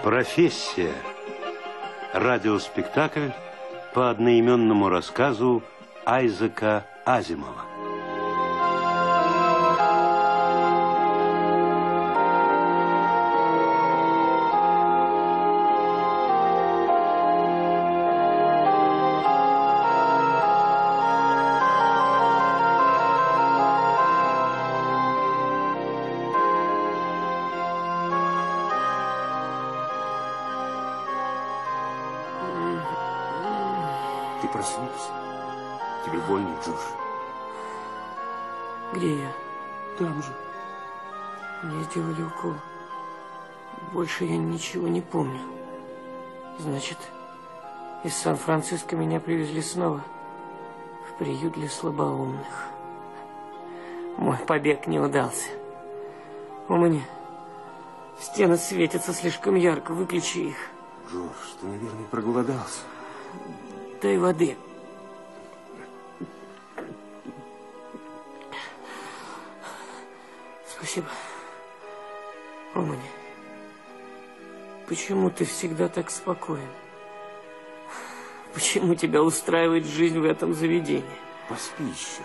Профессия. Радиоспектакль по одноименному рассказу Айзека Азимова. Ты проснулся? Тебе больно, Джош? Где я? Там же. Мне сделали укол. Больше я ничего не помню. Значит, из Сан-Франциско меня привезли снова в приют для слабоумных. Мой побег не удался. У меня стены светятся слишком ярко. Выключи их. Джош, ты, наверное, проголодался. Дай воды. Спасибо. Омани, почему ты всегда так спокоен? Почему тебя устраивает жизнь в этом заведении? Поспи еще.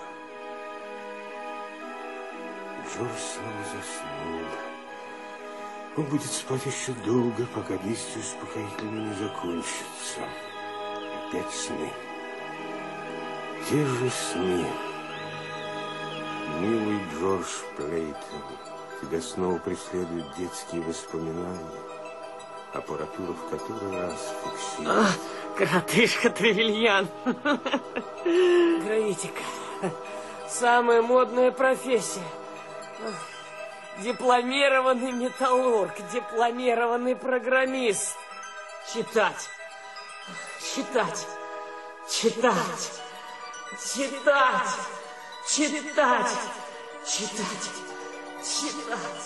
Джордж снова заснул. Он будет спать еще долго, пока действие успокоительного не закончится. Опять сны. Те же сны. Милый Джордж Плейтон, тебя снова преследуют детские воспоминания, аппаратура в который раз фиксирует. Коротышка Тревельян. Гравитика. Самая модная профессия. Дипломированный металлург, дипломированный программист. Читать. Читать. Читать. Читать. Читать. Читать. Читать.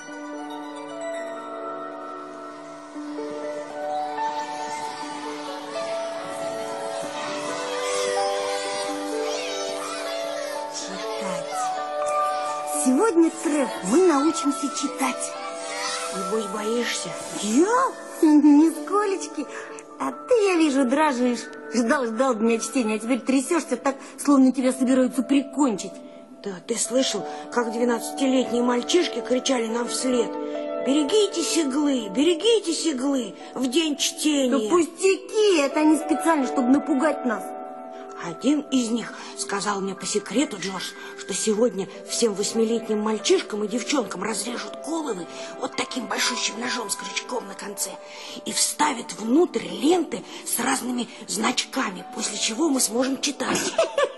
Сегодня, Треф, мы научимся читать. Небось, боишься? Я? Нисколечки. А ты, я вижу, дрожишь. Ждал дня чтения, а теперь трясешься так, словно тебя собираются прикончить. Да, ты слышал, как 12-летние мальчишки кричали нам вслед: «Берегитесь иглы, берегитесь иглы в день чтения». Да пустяки, это они специально, чтобы напугать нас. Один из них сказал мне по секрету, Джордж, что сегодня всем 8-летним мальчишкам и девчонкам разрежут головы вот таким большущим ножом с крючком на конце и вставят внутрь ленты с разными значками, после чего мы сможем читать.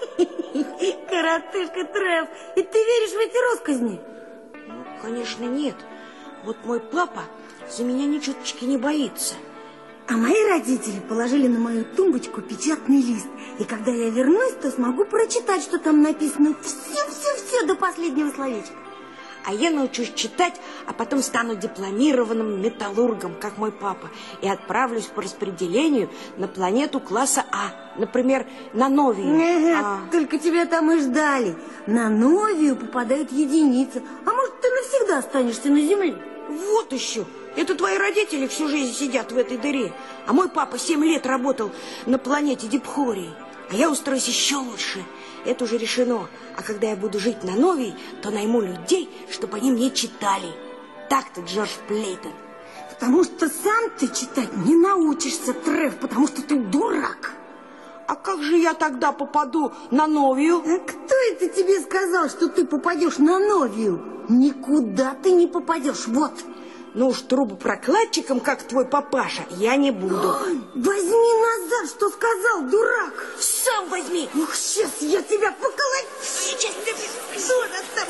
Коротышка Треф, и ты веришь в эти россказни? Ну, конечно, нет. Вот мой папа за меня ни чуточки не боится. А мои родители положили на мою тумбочку печатный лист. И когда я вернусь, то смогу прочитать, что там написано. Все до последнего словечка. А я научусь читать, а потом стану дипломированным металлургом, как мой папа, и отправлюсь по распределению на планету класса А. Например, на Новию. Только тебя там и ждали. На Новию попадают единицы. А может, ты навсегда останешься на Земле? Вот еще. Это твои родители всю жизнь сидят в этой дыре. А мой папа 7 лет работал на планете Дипхории. А я устроюсь еще лучше. Это уже решено. А когда я буду жить на Новии, то найму людей, чтобы они мне читали. Так-то, Джордж Плейтон. Потому что сам ты читать не научишься, Треф, потому что ты дурак. А как же я тогда попаду на Новию? А кто это тебе сказал, что ты попадешь на Новию? Никуда ты не попадешь, вот. Ну уж трубопрокладчиком, как твой папаша, я не буду. Возьми назад, что сказал, дурак. Сам возьми. Ух, сейчас я тебя поколочу. Сейчас ты... Что это там?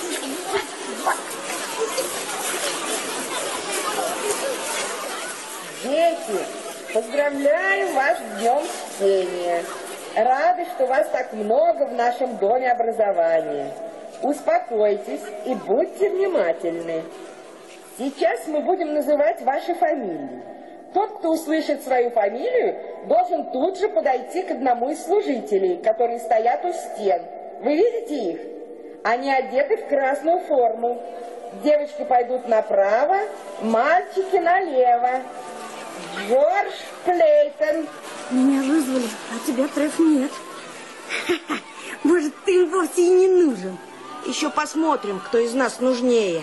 Дети, поздравляю вас с Днем Чтения. Рады, что вас так много в нашем доме образования. Успокойтесь и будьте внимательны. Сейчас мы будем называть ваши фамилии. Тот, кто услышит свою фамилию, должен тут же подойти к одному из служителей, которые стоят у стен. Вы видите их? Они одеты в красную форму. Девочки пойдут направо, мальчики налево. Джордж Плейтон. Меня вызвали, а тебя, Треф, нет. Может, ты им вовсе и не нужен. Еще посмотрим, кто из нас нужнее.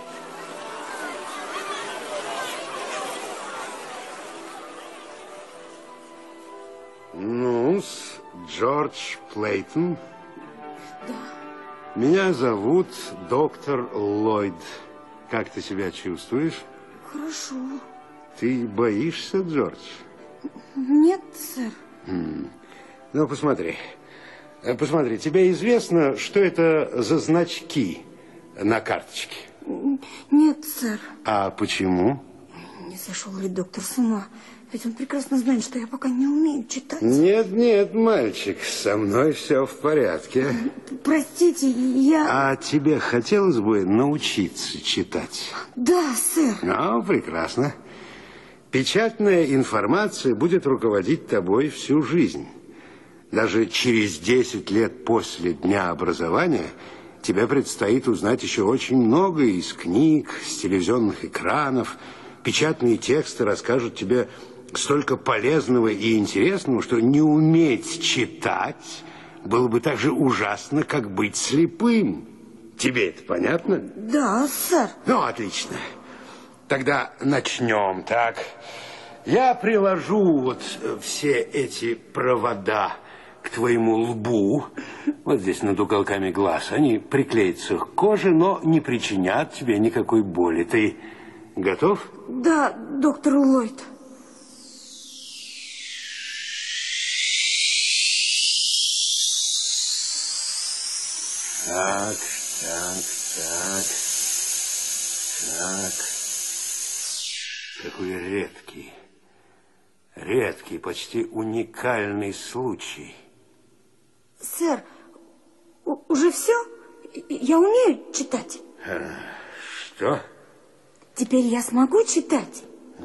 Ну, Джордж Плейтон. Да. Меня зовут доктор Ллойд. Как ты себя чувствуешь? Хорошо. Ты боишься, Джордж? Нет, сэр. Ну, посмотри. Посмотри, тебе известно, что это за значки на карточке? Нет, сэр. А почему? Не сошел ли доктор с ума? Ведь он прекрасно знает, что я пока не умею читать. Нет, нет, мальчик, со мной все в порядке. Простите, я... А тебе хотелось бы научиться читать? Да, сэр. Ну, прекрасно. Печатная информация будет руководить тобой всю жизнь. Даже через 10 лет после дня образования тебе предстоит узнать еще очень многое из книг, с телевизионных экранов. Печатные тексты расскажут тебе столько полезного и интересного, что не уметь читать было бы так же ужасно, как быть слепым. Тебе это понятно? Да, сэр. Ну, отлично. Тогда начнем, так? Я приложу вот все эти провода к твоему лбу, вот здесь над уголками глаз. Они приклеятся к коже, но не причинят тебе никакой боли. Ты готов? Да, доктор Ллойд. Так. Какой редкий, почти уникальный случай. Сэр, уже все? Я умею читать? Что? Теперь я смогу читать?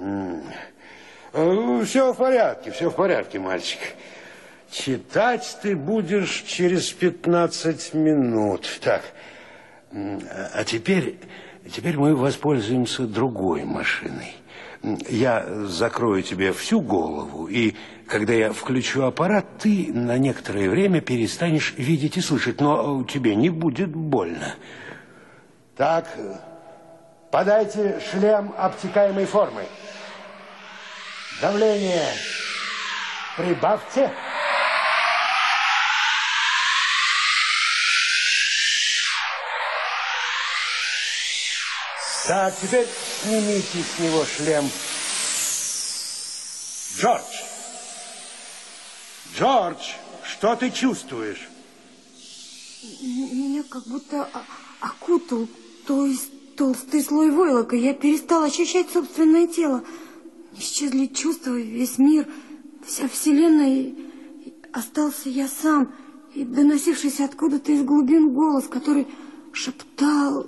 Все в порядке, мальчик. Читать ты будешь через 15 минут. Так, а теперь мы воспользуемся другой машиной. Я закрою тебе всю голову, и когда я включу аппарат, ты на некоторое время перестанешь видеть и слышать, но тебе не будет больно. Так, подайте шлем обтекаемой формы. Давление прибавьте. Так, теперь снимите с него шлем. Джордж, что ты чувствуешь? Меня как будто окутал, то есть толстый слой войлока. Я перестал ощущать собственное тело. Исчезли чувства, весь мир, вся вселенная. И остался я сам. И доносившийся откуда-то из глубин голос, который шептал,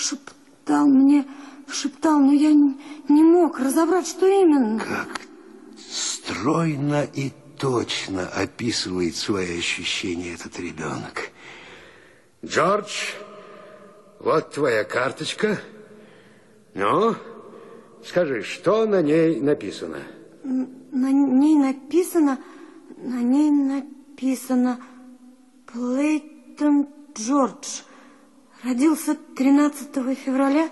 но я не мог разобрать, что именно. Как стройно и точно описывает свои ощущения этот ребенок. Джордж, вот твоя карточка. Ну, скажи, что на ней написано? На ней написано Плейтон Джордж. Родился 13 февраля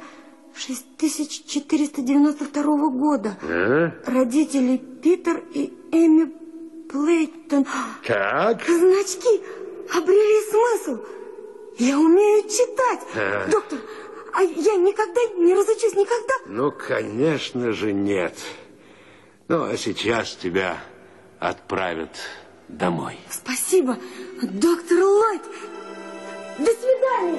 6492 года. Родители Питер и Эми Плейтон. Как? Значки обрели смысл. Я умею читать. Доктор, а я никогда не разучусь, никогда? Ну, конечно же, нет. Ну, а сейчас тебя отправят домой. Спасибо, доктор Ллойд. До свидания.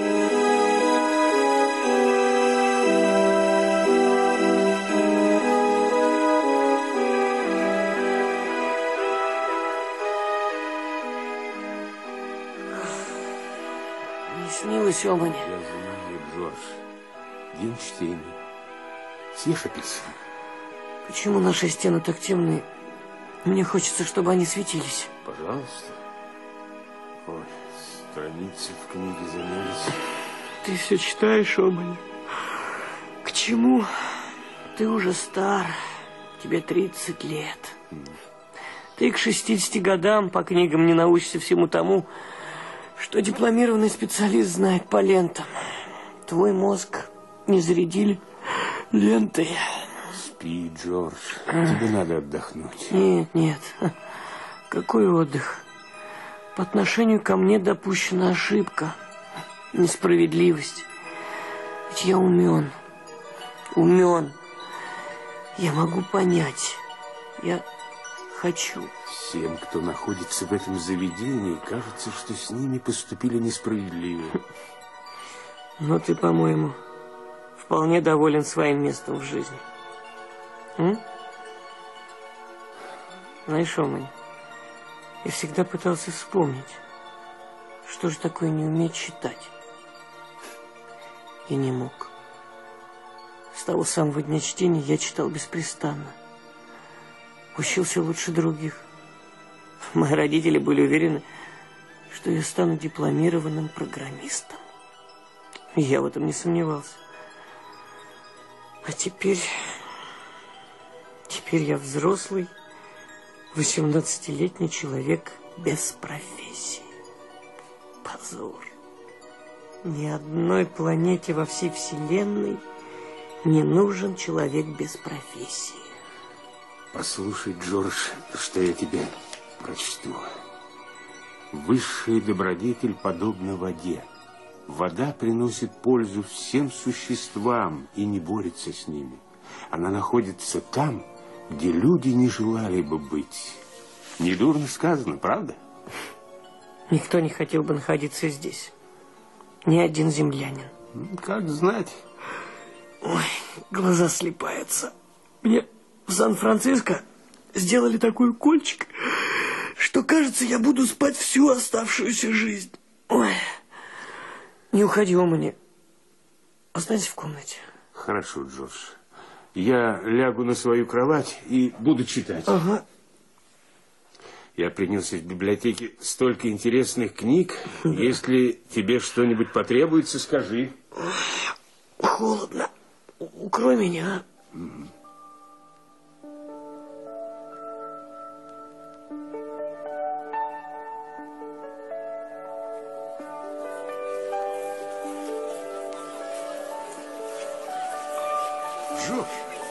Не снилось, Омани? Я знаю, Джордж. День чтения. Съешь апельсин? Почему наши стены так темные? Мне хочется, чтобы они светились. Пожалуйста. Ой, страницы в книге замялись. Ты все читаешь, Омань? К чему? Ты уже стар. Тебе 30 лет. Ты к 60 годам по книгам не научишься всему тому, что дипломированный специалист знает по лентам. Твой мозг не зарядили лентой. Спи, Джордж. Тебе надо отдохнуть. Нет, нет. Какой отдых? По отношению ко мне допущена ошибка. Несправедливость. Ведь я умен. Умен. Я могу понять. Я хочу. Всем, кто находится в этом заведении, кажется, что с ними поступили несправедливо. Но ты, по-моему, вполне доволен своим местом в жизни. Знаешь, Омань, я всегда пытался вспомнить, что же такое не уметь читать. И не мог. С того самого дня чтения я читал беспрестанно. Учился лучше других. Мои родители были уверены, что я стану дипломированным программистом. И я в этом не сомневался. А теперь я взрослый, 18-летний человек без профессии. Позор. Ни одной планете во всей Вселенной не нужен человек без профессии. Послушай, Джордж, что я тебе прочту. Высшая добродетель подобна воде. Вода приносит пользу всем существам и не борется с ними. Она находится там, где люди не желали бы быть. Недурно сказано, правда? Никто не хотел бы находиться здесь. Ни один землянин. Как знать. Ой, глаза слипаются. Мне в Сан-Франциско сделали такой укольчик, что, кажется, я буду спать всю оставшуюся жизнь. Ой, не уходи, Омани. Останься в комнате. Хорошо, Джордж. Я лягу на свою кровать и буду читать. Ага. Я принес из библиотеки столько интересных книг. Если тебе что-нибудь потребуется, скажи. Холодно. Укрой меня. Джордж.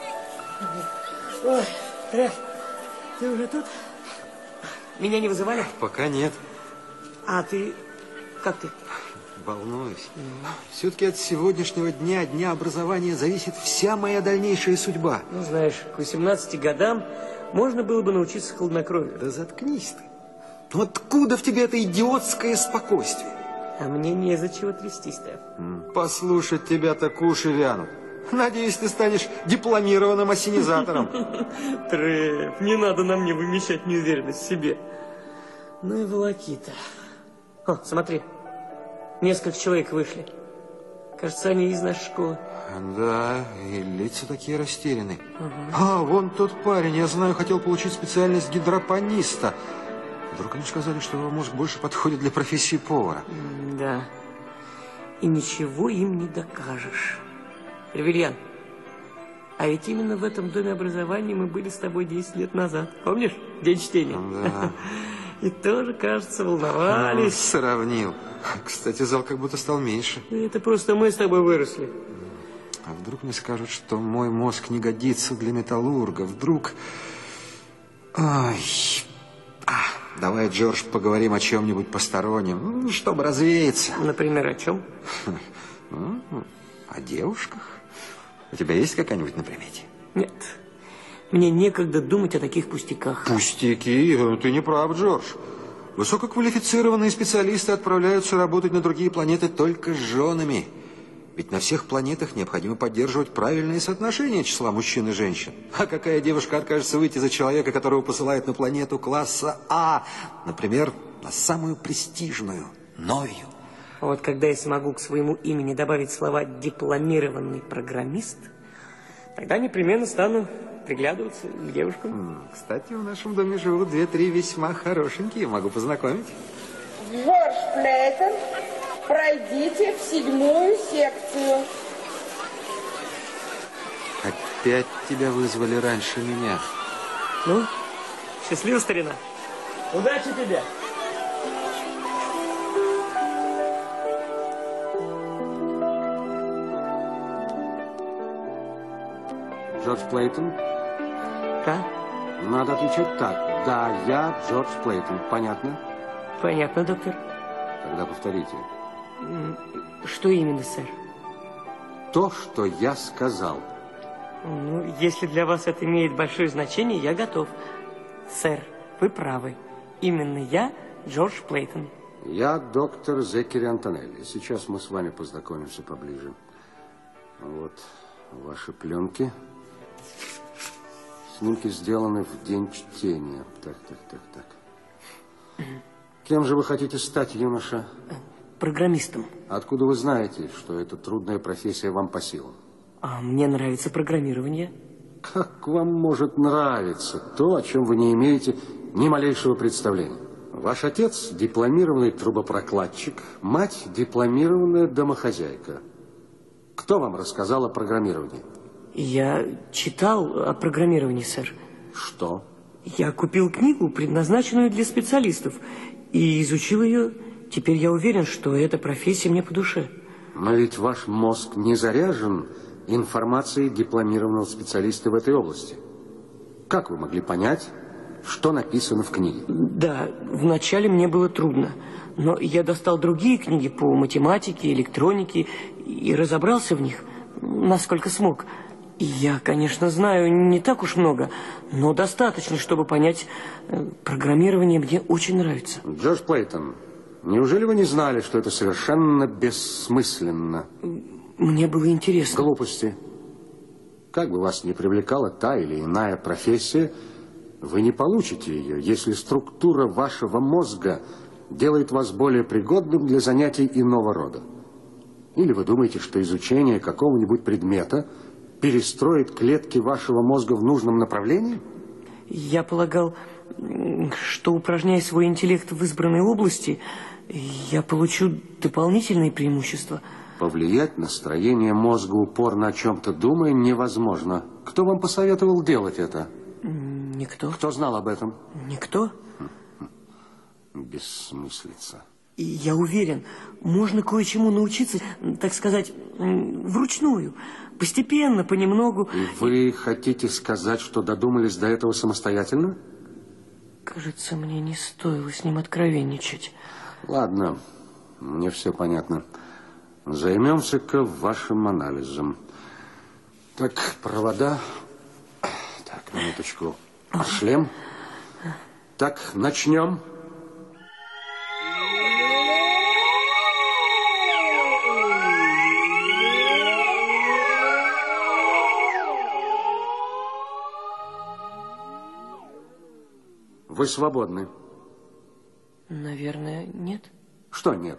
Ой, Треф, ты уже тут? Меня не вызывали? Пока нет. А ты... Как ты? Волнуюсь. Все-таки от сегодняшнего дня, дня образования, зависит вся моя дальнейшая судьба. Ну, знаешь, к 18 годам можно было бы научиться хладнокровию. Да заткнись ты. Ну откуда в тебе это идиотское спокойствие? А мне не из-за чего трястись, Треф. Послушать тебя так уши вянут. Надеюсь, ты станешь дипломированным ассенизатором. Треф, не надо на мне вымещать неуверенность в себе. Ну и волокита. О, смотри, несколько человек вышли. Кажется, они из нашей школы. Да, и лица такие растерянные. А, вон тот парень, я знаю, хотел получить специальность гидропониста. Вдруг они сказали, что его мозг больше подходит для профессии повара. Да. И ничего им не докажешь. Реверьян, а ведь именно в этом доме образования мы были с тобой 10 лет назад. Помнишь? День чтения. Да. И тоже, кажется, волновались. Сравнил. Кстати, зал как будто стал меньше. Это просто мы с тобой выросли. А вдруг мне скажут, что мой мозг не годится для металлурга? Вдруг... Ай... Давай, Джордж, поговорим о чем-нибудь постороннем, чтобы развеяться. Например, о чем? О девушках. У тебя есть какая-нибудь на примете? Нет. Мне некогда думать о таких пустяках. Пустяки? Ты не прав, Джордж. Высококвалифицированные специалисты отправляются работать на другие планеты только с женами. Ведь на всех планетах необходимо поддерживать правильное соотношение числа мужчин и женщин. А какая девушка откажется выйти за человека, которого посылают на планету класса А? Например, на самую престижную, Новию. Вот когда я смогу к своему имени добавить слова «дипломированный программист», тогда непременно стану приглядываться к девушкам. Кстати, в нашем доме живут 2-3 весьма хорошенькие. Могу познакомить. Джордж Плейтон, пройдите Пройдите в 7-ю секцию. Опять тебя вызвали раньше меня. Ну, счастливо, старина. Удачи тебе. Джордж Плейтон? Да? Надо отвечать так. Да, я Джордж Плейтон. Понятно? Понятно, доктор. Тогда повторите. Что именно, сэр? То, что я сказал. Ну, если для вас это имеет большое значение, я готов. Сэр, вы правы. Именно я Джордж Плейтон. Я доктор Зеккери Антонелли. Сейчас мы с вами познакомимся поближе. Вот ваши пленки. Снимки сделаны в день чтения. Так. Кем же вы хотите стать, юноша? Программистом. Откуда вы знаете, что эта трудная профессия вам по силам? А мне нравится программирование. Как вам может нравиться то, о чем вы не имеете ни малейшего представления? Ваш отец – дипломированный трубопрокладчик, мать – дипломированная домохозяйка. Кто вам рассказал о программировании? Я читал о программировании, сэр. Что? Я купил книгу, предназначенную для специалистов, и изучил ее. Теперь я уверен, что эта профессия мне по душе. Но ведь ваш мозг не заряжен информацией дипломированного специалиста в этой области. Как вы могли понять, что написано в книге? Да, вначале мне было трудно. Но я достал другие книги по математике, электронике и разобрался в них, насколько смог. И я, конечно, знаю не так уж много, но достаточно, чтобы понять, программирование мне очень нравится. Джордж Плейтон, неужели вы не знали, что это совершенно бессмысленно? Мне было интересно. Глупости. Как бы вас ни привлекала та или иная профессия, вы не получите ее, если структура вашего мозга делает вас более пригодным для занятий иного рода. Или вы думаете, что изучение какого-нибудь предмета перестроит клетки вашего мозга в нужном направлении? Я полагал, что, упражняя свой интеллект в избранной области, я получу дополнительные преимущества. Повлиять на строение мозга, упорно о чем-то думая, невозможно. Кто вам посоветовал делать это? Никто. Кто знал об этом? Никто. Бессмыслица. И я уверен, можно кое-чему научиться, так сказать, вручную, постепенно, понемногу. И вы хотите сказать, что додумались до этого самостоятельно? Кажется, мне не стоило с ним откровенничать. Ладно, мне все понятно. Займемся-ка вашим анализом. Так, провода. Так, минуточку. Шлем. Так, начнем. Вы свободны. Наверное, нет. Что нет?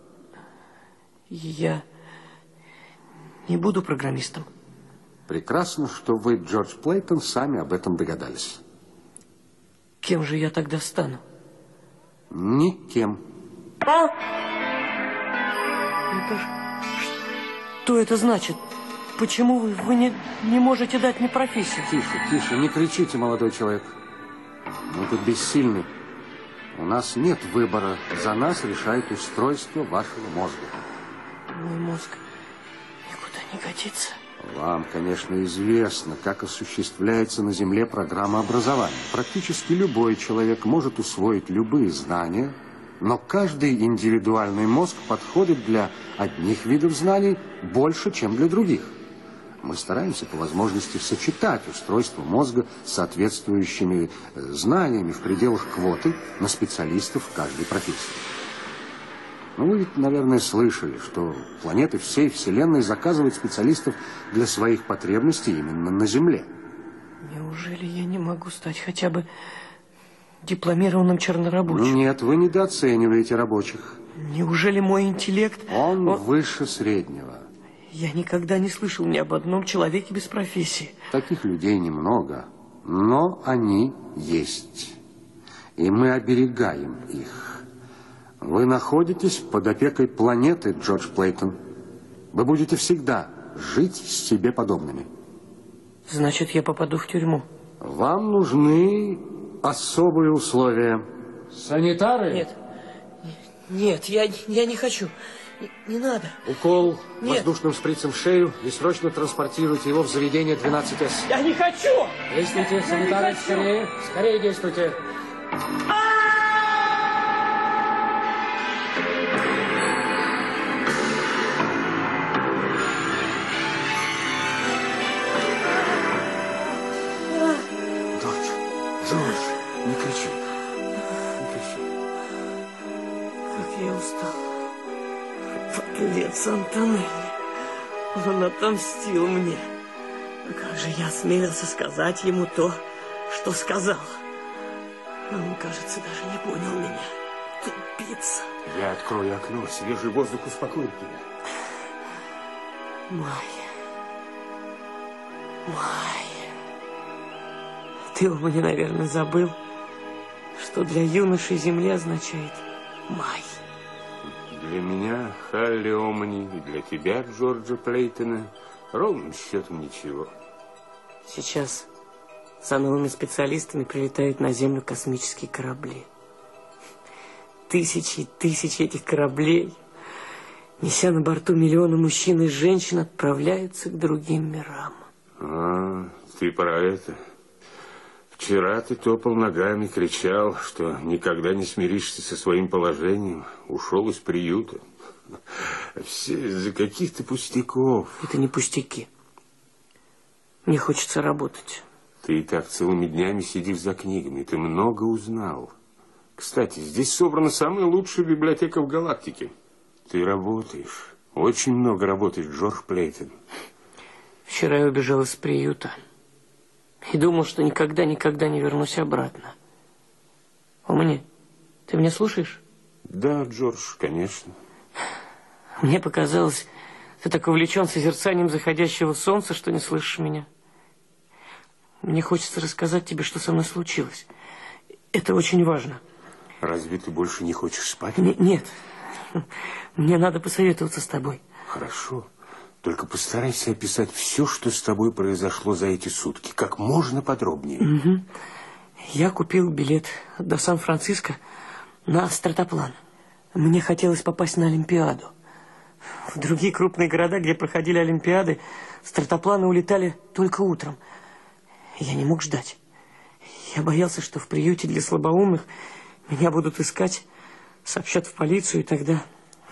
Я не буду программистом. Прекрасно, что вы, Джордж Плейтон, сами об этом догадались. Кем же я тогда стану? Никем. Это что это значит? Почему вы не можете дать мне профессию? Тише, не кричите, молодой человек. Мы тут бессильны. У нас нет выбора. За нас решает устройство вашего мозга. Мой мозг никуда не годится. Вам, конечно, известно, как осуществляется на Земле программа образования. Практически любой человек может усвоить любые знания, но каждый индивидуальный мозг подходит для одних видов знаний больше, чем для других. Мы стараемся по возможности сочетать устройство мозга с соответствующими знаниями в пределах квоты на специалистов в каждой профессии. Ну, вы ведь, наверное, слышали, что планеты всей Вселенной заказывают специалистов для своих потребностей именно на Земле. Неужели я не могу стать хотя бы дипломированным чернорабочим? Нет, вы недооцениваете рабочих. Неужели мой интеллект... Он выше среднего. Я никогда не слышал ни об одном человеке без профессии. Таких людей немного, но они есть. И мы оберегаем их. Вы находитесь под опекой планеты, Джордж Плейтон. Вы будете всегда жить с себе подобными. Значит, я попаду в тюрьму? Вам нужны особые условия. Санитары? Нет. Нет, я не хочу. Не надо. Укол Нет. воздушным шприцем в шею и срочно транспортируйте его в заведение 12С. Я не хочу! Действуйте, санитары, скорее. Скорее действуйте. Джордж, не кричи. Не кричи. Как я устал. Подлец Антонелли. Он отомстил мне. А как же я осмелился сказать ему то, что сказал? А он, кажется, даже не понял меня. Тупица. Я открою окно, свежий воздух успокоит тебя. Майя. Ты у меня, наверное, забыл, что для юноши земля означает май. Для меня, Халли Омани, и для тебя, Джорджа Плейтона, ровным счетом ничего. Сейчас за новыми специалистами прилетают на Землю космические корабли. Тысячи и тысячи этих кораблей, неся на борту миллионы мужчин и женщин, отправляются к другим мирам. А, ты про это. Вчера ты топал ногами, кричал, что никогда не смиришься со своим положением, ушел из приюта. Все из-за каких-то пустяков. Это не пустяки. Мне хочется работать. Ты и так целыми днями сидишь за книгами, ты много узнал. Кстати, здесь собрана самая лучшая библиотека в галактике. Ты работаешь, очень много работаешь, Джордж Плейтон. Вчера я убежал из приюта и думал, что никогда не вернусь обратно. Омани, ты меня слушаешь? Да, Джордж, конечно. Мне показалось, ты так увлечен созерцанием заходящего солнца, что не слышишь меня. Мне хочется рассказать тебе, что со мной случилось. Это очень важно. Разве ты больше не хочешь спать? Нет. Мне надо посоветоваться с тобой. Хорошо. Только постарайся описать все, что с тобой произошло за эти сутки, как можно подробнее. Угу. Я купил билет до Сан-Франциско на стратоплан. Мне хотелось попасть на Олимпиаду. В другие крупные города, где проходили Олимпиады, стратопланы улетали только утром. Я не мог ждать. Я боялся, что в приюте для слабоумных меня будут искать, сообщат в полицию, и тогда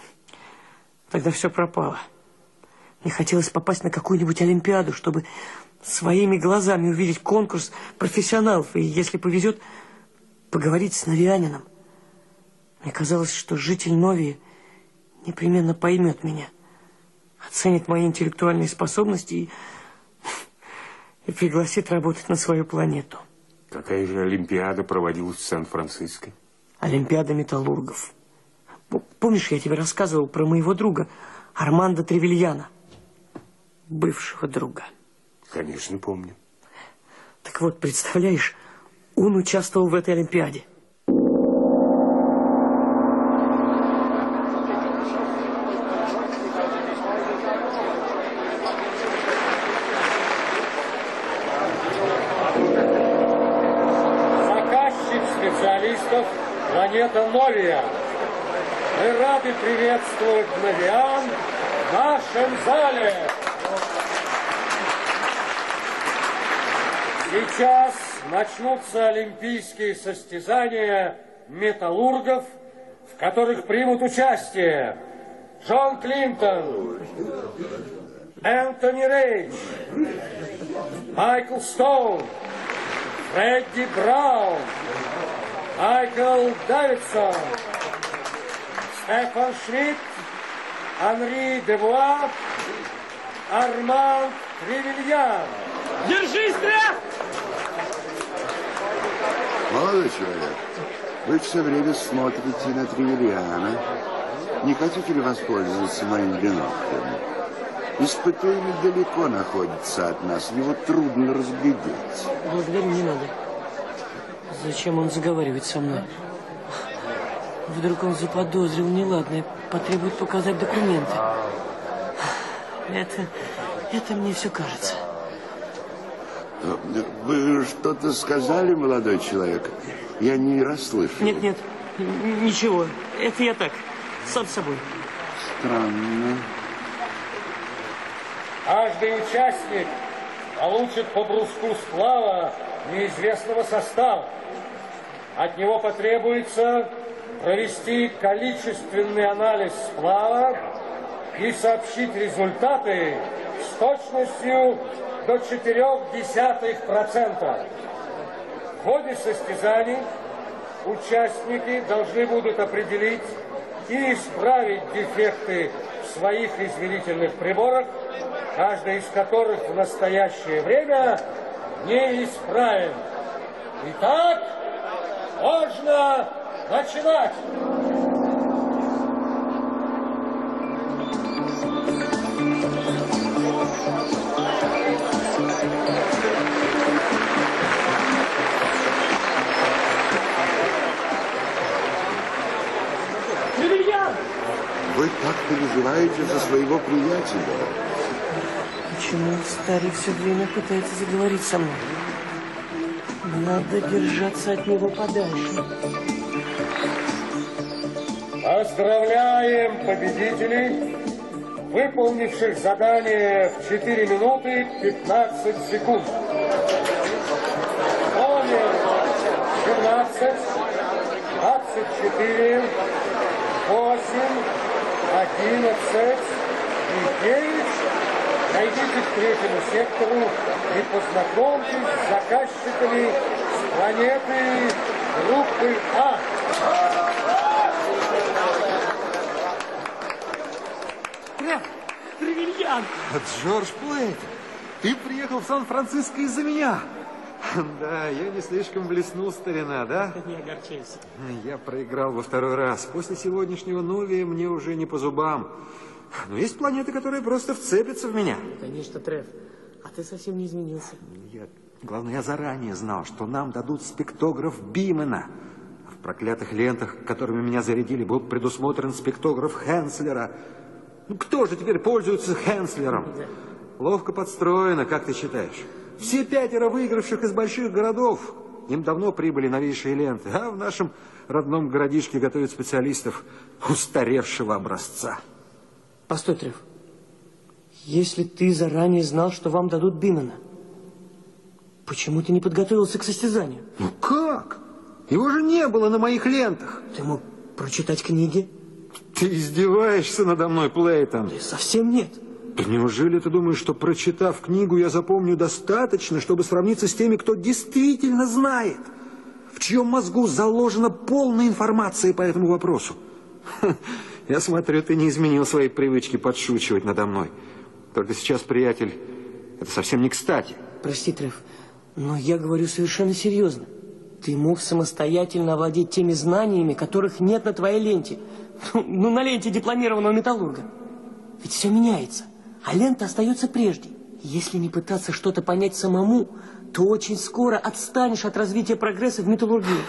все пропало. Мне хотелось попасть на какую-нибудь Олимпиаду, чтобы своими глазами увидеть конкурс профессионалов и, если повезет, поговорить с новианином. Мне казалось, что житель Новии непременно поймет меня, оценит мои интеллектуальные способности и пригласит работать на свою планету. Какая же Олимпиада проводилась в Сан-Франциско? Олимпиада металлургов. Помнишь, я тебе рассказывал про моего друга Армандо Тревельяно, бывшего друга? Конечно, помню. Так вот, представляешь, он участвовал в этой Олимпиаде. Заказчик специалистов планета Новия. Мы рады приветствовать новиан в нашем зале. Сейчас начнутся олимпийские состязания металлургов, в которых примут участие Джон Клинтон, Энтони Рейдж, Майкл Стоун, Фредди Браун, Майкл Дэвидсон, Стефан Шмидт, Анри Девуа, Арманд Тревельян. Держись, тряп! Молодой человек, вы все время смотрите на Тревельяна. Не хотите ли воспользоваться моим биноклем? Испытуемый далеко находится от нас, его трудно разглядеть. Благодарю, не надо. Зачем он заговаривает со мной? Вдруг он заподозрил неладное, потребует показать документы. Это мне все кажется. Вы что-то сказали, молодой человек? Я не расслышал. Нет, ничего. Это я так, сам собой. Странно. Каждый участник получит по бруску сплава неизвестного состава. От него потребуется провести количественный анализ сплава и сообщить результаты с точностью до 0,4%. В ходе состязаний участники должны будут определить и исправить дефекты в своих измерительных приборах, каждый из которых в настоящее время неисправен. Итак, можно начинать! Вы так переживаете за своего приятеля. Почему старик все время пытается заговорить со мной? Надо держаться от него подальше. Поздравляем победителей, выполнивших задание в 4 минуты 15 секунд. Номер 17, 24, 8, 11 и 9. Найдите к третьему сектору и познакомьтесь с заказчиками с планеты группы А. Тревельян! Джордж Плейт, ты приехал в Сан-Франциско из-за меня. Да, я не слишком блеснул, старина, да? Не огорчайся. Я проиграл во второй раз. После сегодняшнего Новия мне уже не по зубам. Но есть планеты, которые просто вцепятся в меня. Конечно, Треф. А ты совсем не изменился. Главное, я заранее знал, что нам дадут спектограф Бимена. В проклятых лентах, которыми меня зарядили, был предусмотрен спектограф Хенслера. Ну, кто же теперь пользуется Хенслером? Ловко подстроено, как ты считаешь? Все 5 выигравших из больших городов, им давно прибыли новейшие ленты, а в нашем родном городишке готовят специалистов устаревшего образца. Постой, Треф. Если ты заранее знал, что вам дадут Бимена, почему ты не подготовился к состязанию? Ну как? Его же не было на моих лентах. Ты мог прочитать книги? Ты издеваешься надо мной, Плейтон? Да совсем нет. Да неужели ты думаешь, что, прочитав книгу, я запомню достаточно, чтобы сравниться с теми, кто действительно знает, в чьем мозгу заложена полная информация по этому вопросу? Я смотрю, ты не изменил своей привычки подшучивать надо мной. Только сейчас, приятель, это совсем не кстати. Прости, Треф, но я говорю совершенно серьезно. Ты мог самостоятельно овладеть теми знаниями, которых нет на твоей ленте. Ну, на ленте дипломированного металлурга. Ведь все меняется, а лента остается прежней. Если не пытаться что-то понять самому, то очень скоро отстанешь от развития прогресса в металлургии.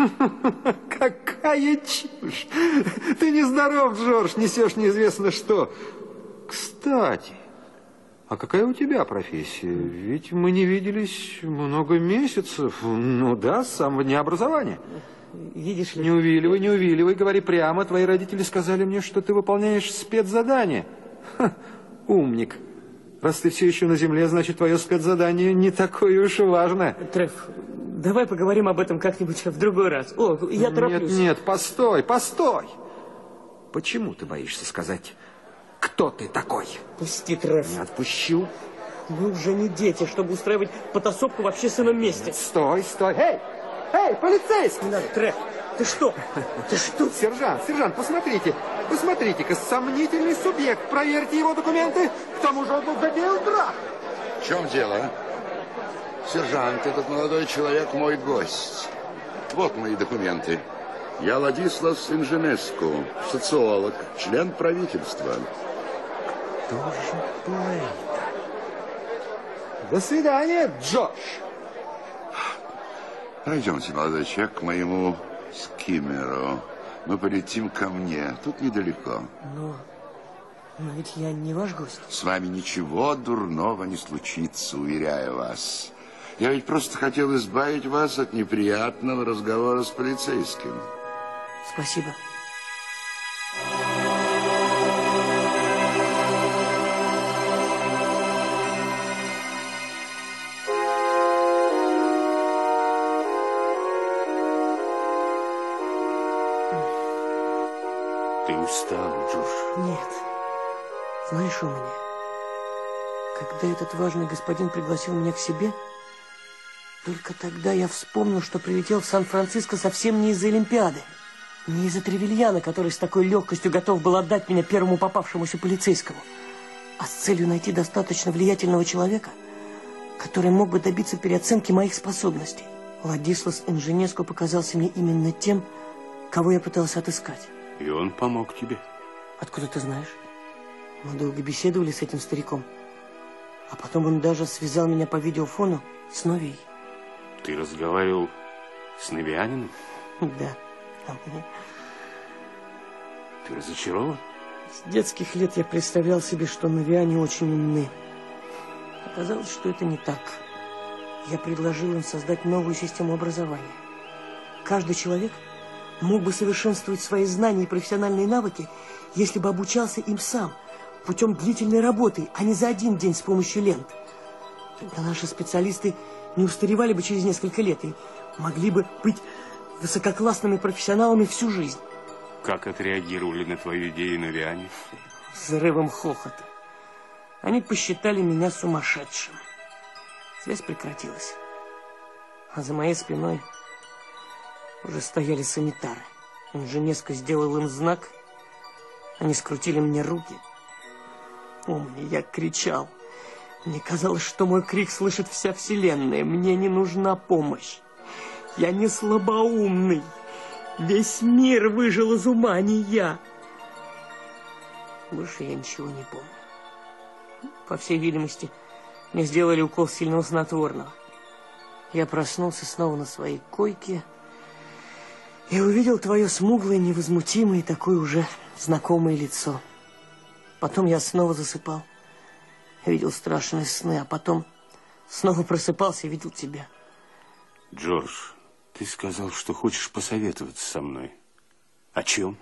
Какая чушь! Ты нездоров, Джордж, несешь неизвестно что. Кстати, а какая у тебя профессия? Ведь мы не виделись много месяцев. Ну да, с самого дня образования. Видишь ли... Не увиливай, говори прямо. Твои родители сказали мне, что ты выполняешь спецзадание. Ха, умник. Раз ты все еще на земле, значит, твое спецзадание не такое уж и важное. Треф, давай поговорим об этом как-нибудь в другой раз. О, я тороплюсь. Нет, постой. Почему ты боишься сказать, кто ты такой? Пусти, Треф. Не отпущу. Мы уже не дети, чтобы устраивать потасовку в общественном месте. Нет, стой. Эй, полицейский! Не надо, Треф. Ты что? Сержант, посмотрите-ка, сомнительный субъект. Проверьте его документы. К тому же он был затеял драку. В чем дело? Сержант, этот молодой человек мой гость. Вот мои документы. Я Ладислав Инженеску, социолог, член правительства. Кто же Плейт? До свидания, Джордж. Пройдемте, молодой человек, к моему скиммеру. мы полетим ко мне. Тут недалеко. Но ведь я не ваш гость. С вами ничего дурного не случится, уверяю вас. Я ведь просто хотел избавить вас от неприятного разговора с полицейским. Спасибо. Ты устал, Джордж? Нет. Знаешь, Омани, когда этот важный господин пригласил меня к себе, только тогда я вспомнил, что прилетел в Сан-Франциско совсем не из-за Олимпиады, не из-за Тревельяна, который с такой легкостью готов был отдать меня первому попавшемуся полицейскому, а с целью найти достаточно влиятельного человека, который мог бы добиться переоценки моих способностей. Ладислас Инженеску показался мне именно тем, кого я пытался отыскать. И он помог тебе? Откуда ты знаешь? Мы долго беседовали с этим стариком. А потом он даже связал меня по видеофону с Новией. Ты разговаривал с Новианином? Да. Ты разочарован? С детских лет я представлял себе, что Новиане очень умны. Оказалось, что это не так. Я предложил им создать новую систему образования. Каждый человек мог бы совершенствовать свои знания и профессиональные навыки, если бы обучался им сам, путем длительной работы, а не за один день с помощью лент. Тогда наши специалисты не устаревали бы через несколько лет и могли бы быть высококлассными профессионалами всю жизнь. Как отреагировали на твою идею Новиане? Взрывом хохота. Они посчитали меня сумасшедшим. Связь прекратилась. А за моей спиной уже стояли санитары. Инженеско сделал им знак. Они скрутили мне руки. Омани, я кричал. Мне казалось, что мой крик слышит вся вселенная. Мне не нужна помощь. Я не слабоумный. Весь мир выжил из ума, не я. Больше я ничего не помню. По всей видимости, мне сделали укол сильного снотворного. Я проснулся снова на своей койке и увидел твое смуглое, невозмутимое и такое уже знакомое лицо. Потом я снова засыпал. Видел страшные сны, а потом снова просыпался и видел тебя. Джордж, ты сказал, что хочешь посоветоваться со мной. О чем?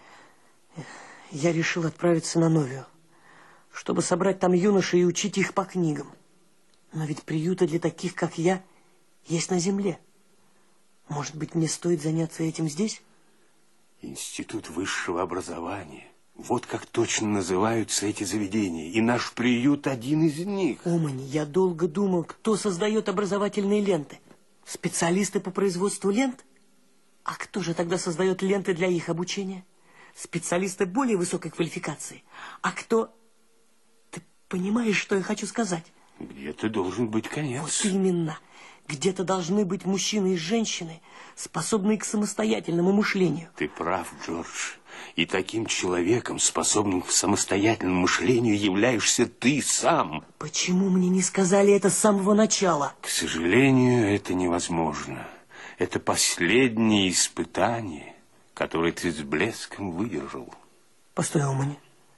Я решил отправиться на Новию, чтобы собрать там юношей и учить их по книгам. Но ведь приюты для таких, как я, есть на земле. Может быть, мне стоит заняться этим здесь? Институт высшего образования. Вот как точно называются эти заведения. И наш приют один из них. Омани, я долго думал, кто создает образовательные ленты. Специалисты по производству лент? А кто же тогда создает ленты для их обучения? Специалисты более высокой квалификации. А кто... Ты понимаешь, что я хочу сказать? Где-то должен быть конец. Вот именно. Где-то должны быть мужчины и женщины, способные к самостоятельному мышлению. Ты прав, Джордж. И таким человеком, способным к самостоятельному мышлению, являешься ты сам. Почему мне не сказали это с самого начала? К сожалению, это невозможно. Это последнее испытание, которое ты с блеском выдержал. Постой, Омани.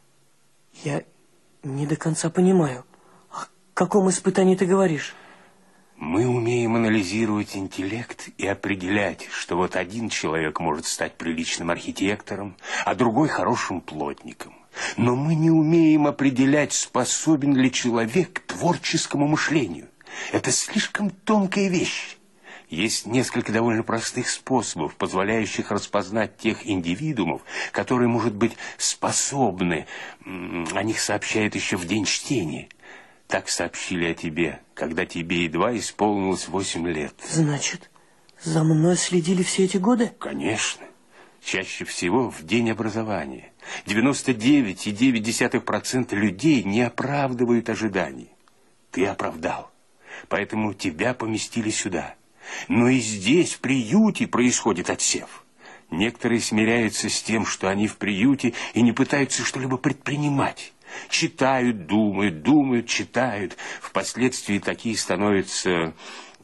Я не до конца понимаю. О каком испытании ты говоришь? Мы умеем анализировать интеллект и определять, что вот один человек может стать приличным архитектором, а другой хорошим плотником. Но мы не умеем определять, способен ли человек к творческому мышлению. Это слишком тонкая вещь. Есть несколько довольно простых способов, позволяющих распознать тех индивидуумов, которые, может быть, способны. О них сообщают еще в день чтения. Так сообщили о тебе, когда тебе едва исполнилось 8 лет. Значит, за мной следили все эти годы? Конечно. Чаще всего в день образования. 99,9% людей не оправдывают ожиданий. Ты оправдал. Поэтому тебя поместили сюда. Но и здесь, в приюте, происходит отсев. Некоторые смиряются с тем, что они в приюте, и не пытаются что-либо предпринимать. Читают, думают, читают. Впоследствии такие становятся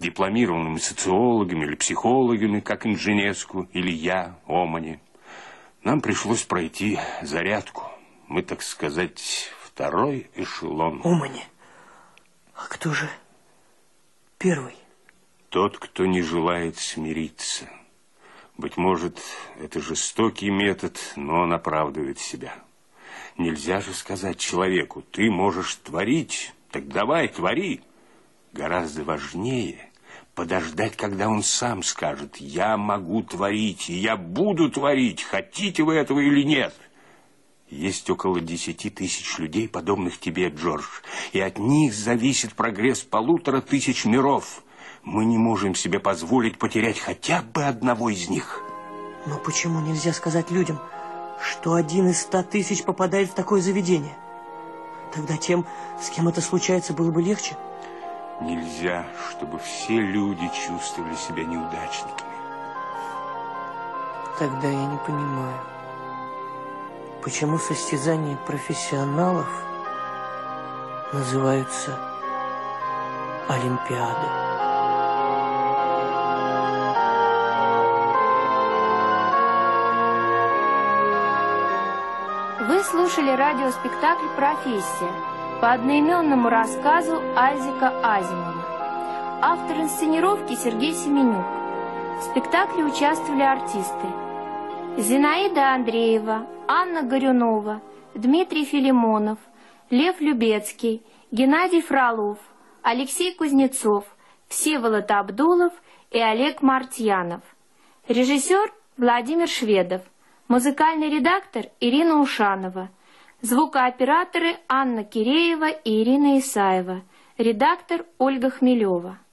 дипломированными социологами или психологами, как Инженеску или я, Омани. Нам пришлось пройти зарядку. Мы, так сказать, второй эшелон. Умани. А кто же первый? Тот, кто не желает смириться. Быть может, это жестокий метод, но он оправдывает себя. Нельзя же сказать человеку: ты можешь творить, так давай, твори. Гораздо важнее подождать, когда он сам скажет: я могу творить, и я буду творить, хотите вы этого или нет. Есть около 10 тысяч людей, подобных тебе, Джордж, и от них зависит прогресс 1500 миров. Мы не можем себе позволить потерять хотя бы одного из них. Но почему нельзя сказать людям, что 1 из 100 тысяч попадает в такое заведение? Тогда тем, с кем это случается, было бы легче. Нельзя, чтобы все люди чувствовали себя неудачниками. Тогда я не понимаю, почему состязания профессионалов называются Олимпиадой. Вы слушали радиоспектакль «Профессия» по одноименному рассказу Айзека Азимова. Автор инсценировки Сергей Семенюк. В спектакле участвовали артисты: Зинаида Андреева, Анна Горюнова, Дмитрий Филимонов, Лев Любецкий, Геннадий Фролов, Алексей Кузнецов, Всеволод Абдулов и Олег Мартьянов. Режиссер Владимир Шведов. Музыкальный редактор Ирина Ушанова. Звукооператоры Анна Киреева и Ирина Исаева. Редактор Ольга Хмелева.